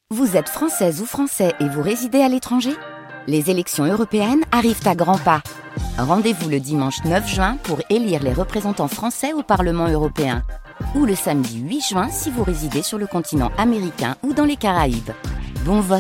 Vous êtes française ou français et vous résidez à l'étranger ? Les élections européennes arrivent à grands pas. Rendez-vous le dimanche 9 juin pour élire les représentants français au Parlement européen. Ou le samedi 8 juin si vous résidez sur le continent américain ou dans les Caraïbes. Bon vote!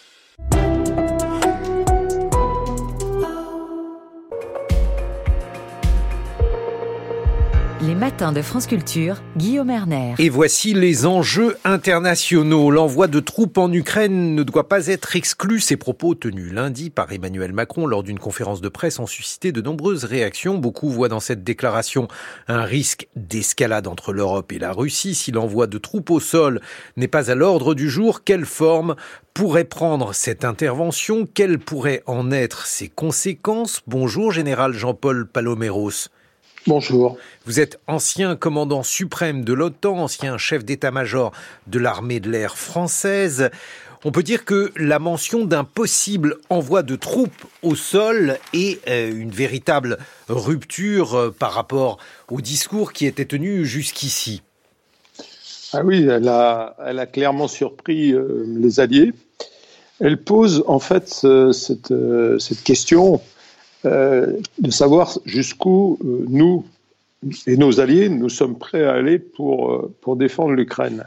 Les matins de France Culture, Guillaume Erner. Et voici les enjeux internationaux. L'envoi de troupes en Ukraine ne doit pas être exclu. Ces propos tenus lundi par Emmanuel Macron lors d'une conférence de presse ont suscité de nombreuses réactions. Beaucoup voient dans cette déclaration un risque d'escalade entre l'Europe et la Russie. Si l'envoi de troupes au sol n'est pas à l'ordre du jour, quelle forme pourrait prendre cette intervention? Quelles pourraient en être ses conséquences? Bonjour, général Jean-Paul Paloméros. Bonjour. Vous êtes ancien commandant suprême de l'OTAN, ancien chef d'état-major de l'armée de l'air française. On peut dire que la mention d'un possible envoi de troupes au sol est une véritable rupture par rapport au discours qui était tenu jusqu'ici. Ah oui, elle a clairement surpris les Alliés. Elle pose en fait cette question de savoir jusqu'où nous et nos alliés, nous sommes prêts à aller pour défendre l'Ukraine.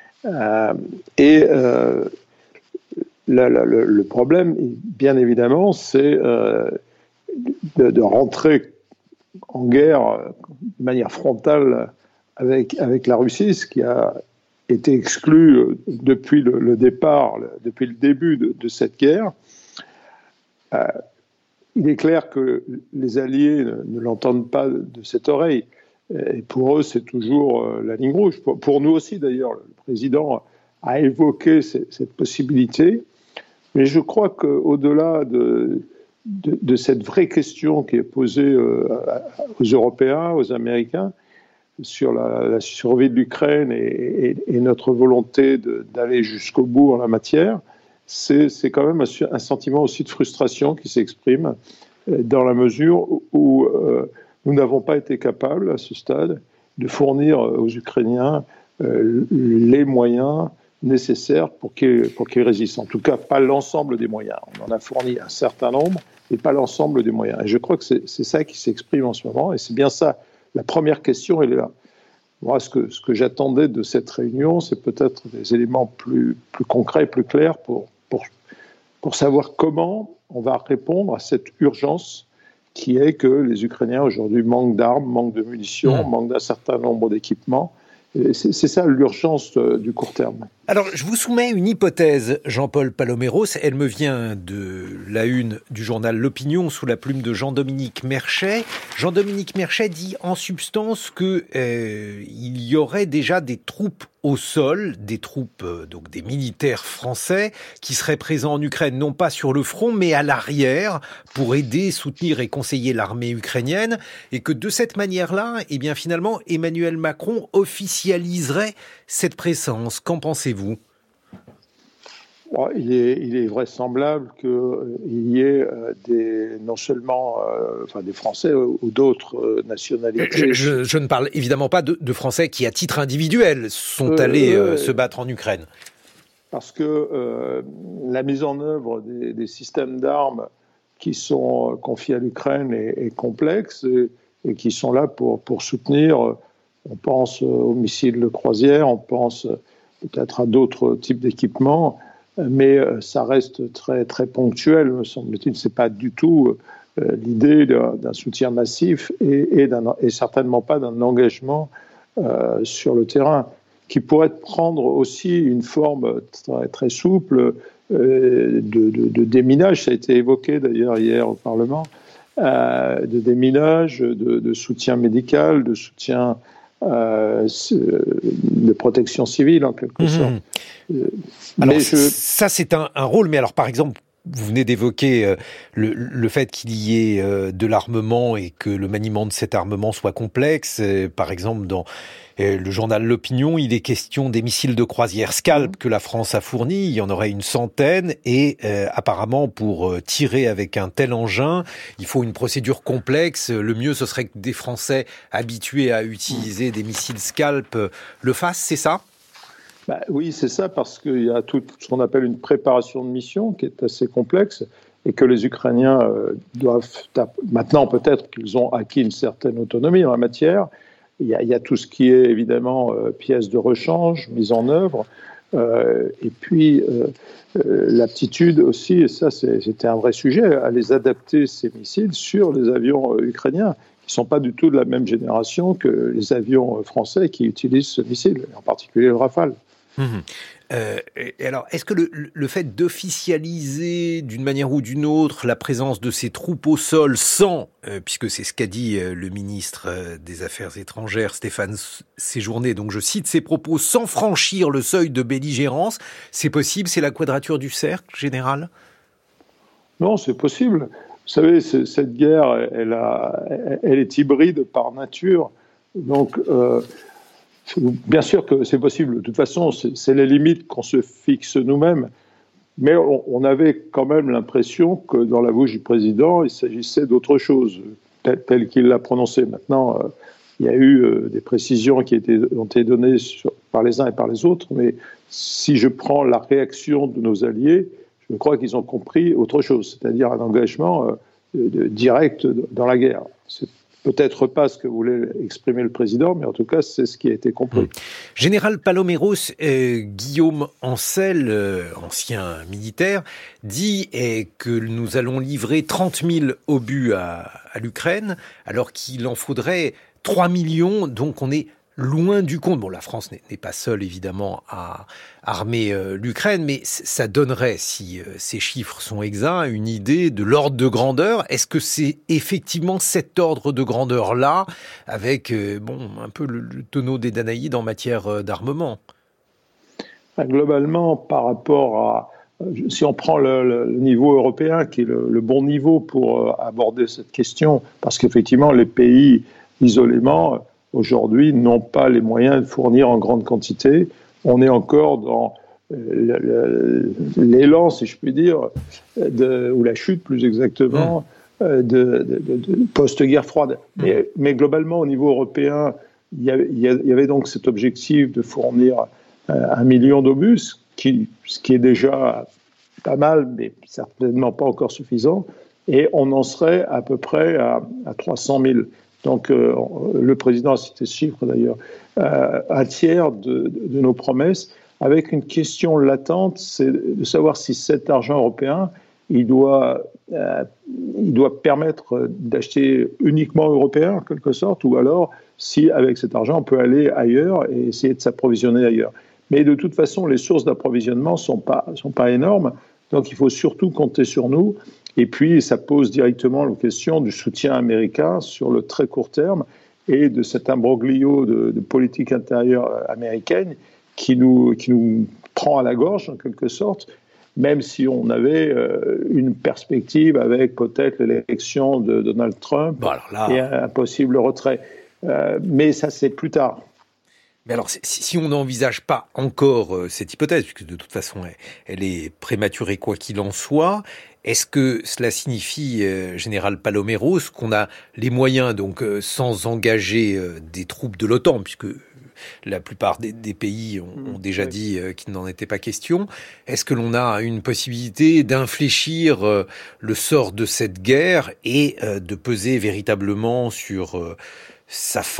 Le problème, bien évidemment, c'est de rentrer en guerre de manière frontale avec la Russie, ce qui a été exclu depuis le départ, depuis le début de cette guerre. Il est clair que les Alliés ne l'entendent pas de cette oreille. Et pour eux, c'est toujours la ligne rouge. Pour nous aussi, d'ailleurs, le président a évoqué cette possibilité. Mais je crois qu'au-delà de cette vraie question qui est posée aux Européens, aux Américains, sur la survie de l'Ukraine et notre volonté d'aller jusqu'au bout en la matière, c'est quand même un sentiment aussi de frustration qui s'exprime dans la mesure où nous n'avons pas été capables à ce stade de fournir aux Ukrainiens les moyens nécessaires pour qu'ils résistent. En tout cas, pas l'ensemble des moyens. On en a fourni un certain nombre, mais pas l'ensemble des moyens. Et je crois que c'est ça qui s'exprime en ce moment, et c'est bien ça. La première question, elle est là. Moi, ce que j'attendais de cette réunion, c'est peut-être des éléments plus concrets, plus clairs pour savoir comment on va répondre à cette urgence qui est que les Ukrainiens aujourd'hui manquent d'armes, manquent de munitions, manquent d'un certain nombre d'équipements. Et c'est ça l'urgence du court terme. Alors, je vous soumets une hypothèse, Jean-Paul Paloméros. Elle me vient de la une du journal L'Opinion sous la plume de Jean-Dominique Merchet. Jean-Dominique Merchet dit en substance que il y aurait déjà des troupes au sol, des troupes, donc des militaires français qui seraient présents en Ukraine, non pas sur le front, mais à l'arrière, pour aider, soutenir et conseiller l'armée ukrainienne, et que de cette manière-là, eh bien finalement, Emmanuel Macron officialiserait cette présence. Qu'en pensez-vous ? Il est vraisemblable qu'il y ait non seulement des Français ou d'autres nationalités. Je ne parle évidemment pas de Français qui, à titre individuel, sont allés se battre en Ukraine. Parce que la mise en œuvre des systèmes d'armes qui sont confiés à l'Ukraine est complexe et qui sont là pour soutenir. On pense aux missiles de croisière, on pense peut-être à d'autres types d'équipements. Mais ça reste très, très ponctuel, me semble-t-il. Ce n'est pas du tout l'idée d'un soutien massif et certainement pas d'un engagement sur le terrain, qui pourrait prendre aussi une forme très, très souple de déminage. Ça a été évoqué d'ailleurs hier au Parlement, de déminage, de soutien médical, de soutien de protection civile en quelque sorte. Alors ça c'est un rôle, mais alors par exemple, vous venez d'évoquer le fait qu'il y ait de l'armement et que le maniement de cet armement soit complexe. Par exemple, dans le journal L'Opinion, il est question des missiles de croisière Scalp que la France a fournis. Il y en aurait une centaine et apparemment pour tirer avec un tel engin, il faut une procédure complexe. Le mieux, ce serait que des Français habitués à utiliser des missiles Scalp le fassent, c'est ça ? Oui, c'est ça, parce qu'il y a tout ce qu'on appelle une préparation de mission qui est assez complexe et que les Ukrainiens doivent... Maintenant, peut-être qu'ils ont acquis une certaine autonomie en la matière. Il y a tout ce qui est évidemment pièces de rechange, mise en œuvre, et puis l'aptitude aussi, et ça c'était un vrai sujet, à les adapter, ces missiles, sur les avions ukrainiens, qui ne sont pas du tout de la même génération que les avions français qui utilisent ce missile, en particulier le Rafale. Et alors, est-ce que le fait d'officialiser d'une manière ou d'une autre la présence de ces troupes au sol sans, puisque c'est ce qu'a dit le ministre des Affaires étrangères Stéphane Séjourné, donc je cite ses propos, sans franchir le seuil de belligérance, c'est possible, c'est la quadrature du cercle, général ? Non, c'est possible. Vous savez, cette guerre, elle est hybride par nature. Donc, bien sûr que c'est possible. De toute façon, c'est les limites qu'on se fixe nous-mêmes. Mais on avait quand même l'impression que dans la bouche du président, il s'agissait d'autre chose, tel qu'il l'a prononcé. Maintenant, il y a eu des précisions qui ont été données par les uns et par les autres. Mais si je prends la réaction de nos alliés, je crois qu'ils ont compris autre chose, c'est-à-dire un engagement direct dans la guerre. C'est peut-être pas ce que voulait exprimer le président, mais en tout cas, c'est ce qui a été compris. Général Paloméros, Guillaume Ancel, ancien militaire, dit que nous allons livrer 30 000 obus à l'Ukraine, alors qu'il en faudrait 3 millions, donc on est loin du compte. Bon, la France n'est pas seule, évidemment, à armer l'Ukraine, mais ça donnerait, si ces chiffres sont exacts, une idée de l'ordre de grandeur. Est-ce que c'est effectivement cet ordre de grandeur-là, avec un peu le tonneau des Danaïdes en matière d'armement ? Globalement, par rapport à... Si on prend le niveau européen, qui est le bon niveau pour aborder cette question, parce qu'effectivement, les pays isolément... aujourd'hui, n'ont pas les moyens de fournir en grande quantité. On est encore dans l'élan, si je puis dire, ou la chute plus exactement, de post-guerre froide. Mais globalement, au niveau européen, il y avait donc cet objectif de fournir 1 million d'obus, ce qui est déjà pas mal, mais certainement pas encore suffisant. Et on en serait à peu près à 300 000. Donc, le président a cité ce chiffre d'ailleurs, un tiers de nos promesses, avec une question latente, c'est de savoir si cet argent européen, il doit permettre d'acheter uniquement européen, en quelque sorte, ou alors si, avec cet argent, on peut aller ailleurs et essayer de s'approvisionner ailleurs. Mais de toute façon, les sources d'approvisionnement sont pas énormes, donc il faut surtout compter sur nous. Et puis, ça pose directement la question du soutien américain sur le très court terme et de cet imbroglio de politique intérieure américaine qui nous prend à la gorge, en quelque sorte, même si on avait une perspective avec peut-être l'élection de Donald Trump et un possible retrait. Mais ça, c'est plus tard. Mais alors, si on n'envisage pas encore cette hypothèse, puisque de toute façon, elle est prématurée quoi qu'il en soit, est-ce que cela signifie, Général Paloméros, qu'on a les moyens, donc sans engager des troupes de l'OTAN, puisque la plupart des pays ont déjà dit qu'il n'en était pas question, est-ce que l'on a une possibilité d'infléchir le sort de cette guerre et de peser véritablement sur sa fin ?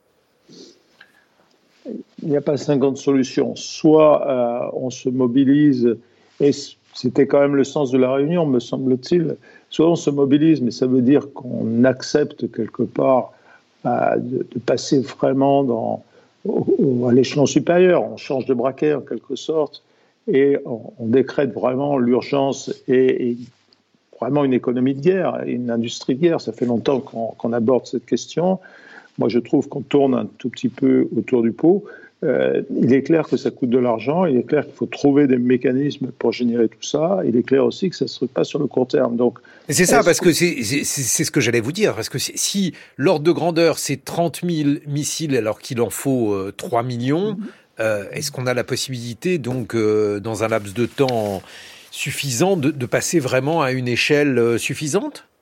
Il n'y a pas 50 solutions. Soit on se mobilise, et c'était quand même le sens de la réunion, me semble-t-il, soit on se mobilise, mais ça veut dire qu'on accepte quelque part de passer vraiment à l'échelon supérieur. On change de braquet en quelque sorte, et on décrète vraiment l'urgence et vraiment une économie de guerre, une industrie de guerre. Ça fait longtemps qu'on aborde cette question. Moi, je trouve qu'on tourne un tout petit peu autour du pot. Il est clair que ça coûte de l'argent. Il est clair qu'il faut trouver des mécanismes pour générer tout ça. Il est clair aussi que ça ne se fait pas sur le court terme. Donc, c'est ça, parce que c'est ce que j'allais vous dire. Parce que si l'ordre de grandeur, c'est 30 000 missiles alors qu'il en faut 3 millions, est-ce qu'on a la possibilité, donc, dans un laps de temps suffisant, de passer vraiment à une échelle suffisante ?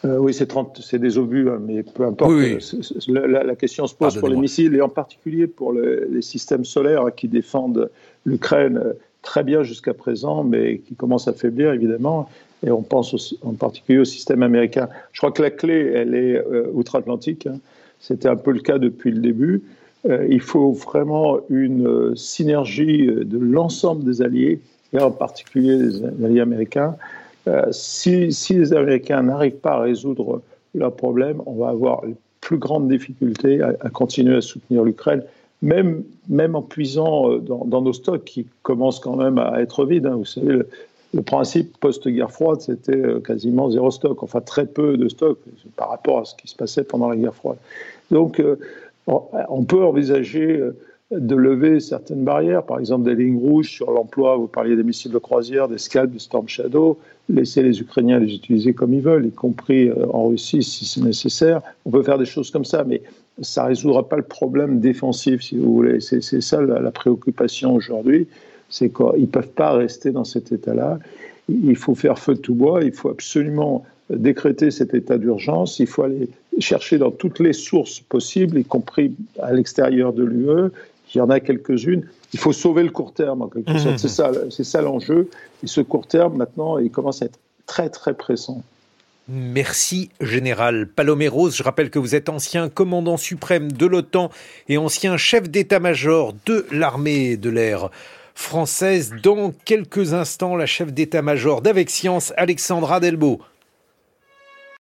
Oui, c'est des obus, hein, mais peu importe. Oui. La question se pose pour les missiles et en particulier pour les systèmes solaires qui défendent l'Ukraine très bien jusqu'à présent, mais qui commencent à faiblir évidemment. Et on pense aussi, en particulier au système américain. Je crois que la clé, elle est outre-Atlantique. Hein. C'était un peu le cas depuis le début. Il faut vraiment une synergie de l'ensemble des alliés, et en particulier des alliés américains. Si les Américains n'arrivent pas à résoudre leurs problèmes, on va avoir les plus grandes difficultés à continuer à soutenir l'Ukraine, même en puisant dans nos stocks qui commencent quand même à être vides. Hein. Vous savez, le principe post-guerre froide, c'était quasiment zéro stock, enfin très peu de stock par rapport à ce qui se passait pendant la guerre froide. Donc, on peut envisager de lever certaines barrières, par exemple des lignes rouges sur l'emploi, vous parliez des missiles de croisière, des Scalp, des Storm Shadow, laisser les Ukrainiens les utiliser comme ils veulent, y compris en Russie si c'est nécessaire. On peut faire des choses comme ça, mais ça ne résoudra pas le problème défensif, si vous voulez. C'est ça la préoccupation aujourd'hui, c'est qu'ils ne peuvent pas rester dans cet état-là. Il faut faire feu de tout bois, il faut absolument décréter cet état d'urgence, il faut aller chercher dans toutes les sources possibles, y compris à l'extérieur de l'UE, il y en a quelques-unes. Il faut sauver le court terme, en quelque sorte. C'est ça l'enjeu. Et ce court terme, maintenant, il commence à être très, très pressant. Merci, Général Paloméros. Je rappelle que vous êtes ancien commandant suprême de l'OTAN et ancien chef d'état-major de l'armée de l'air française. Dans quelques instants, la chef d'état-major d'Avec Science, Alexandra Delbo.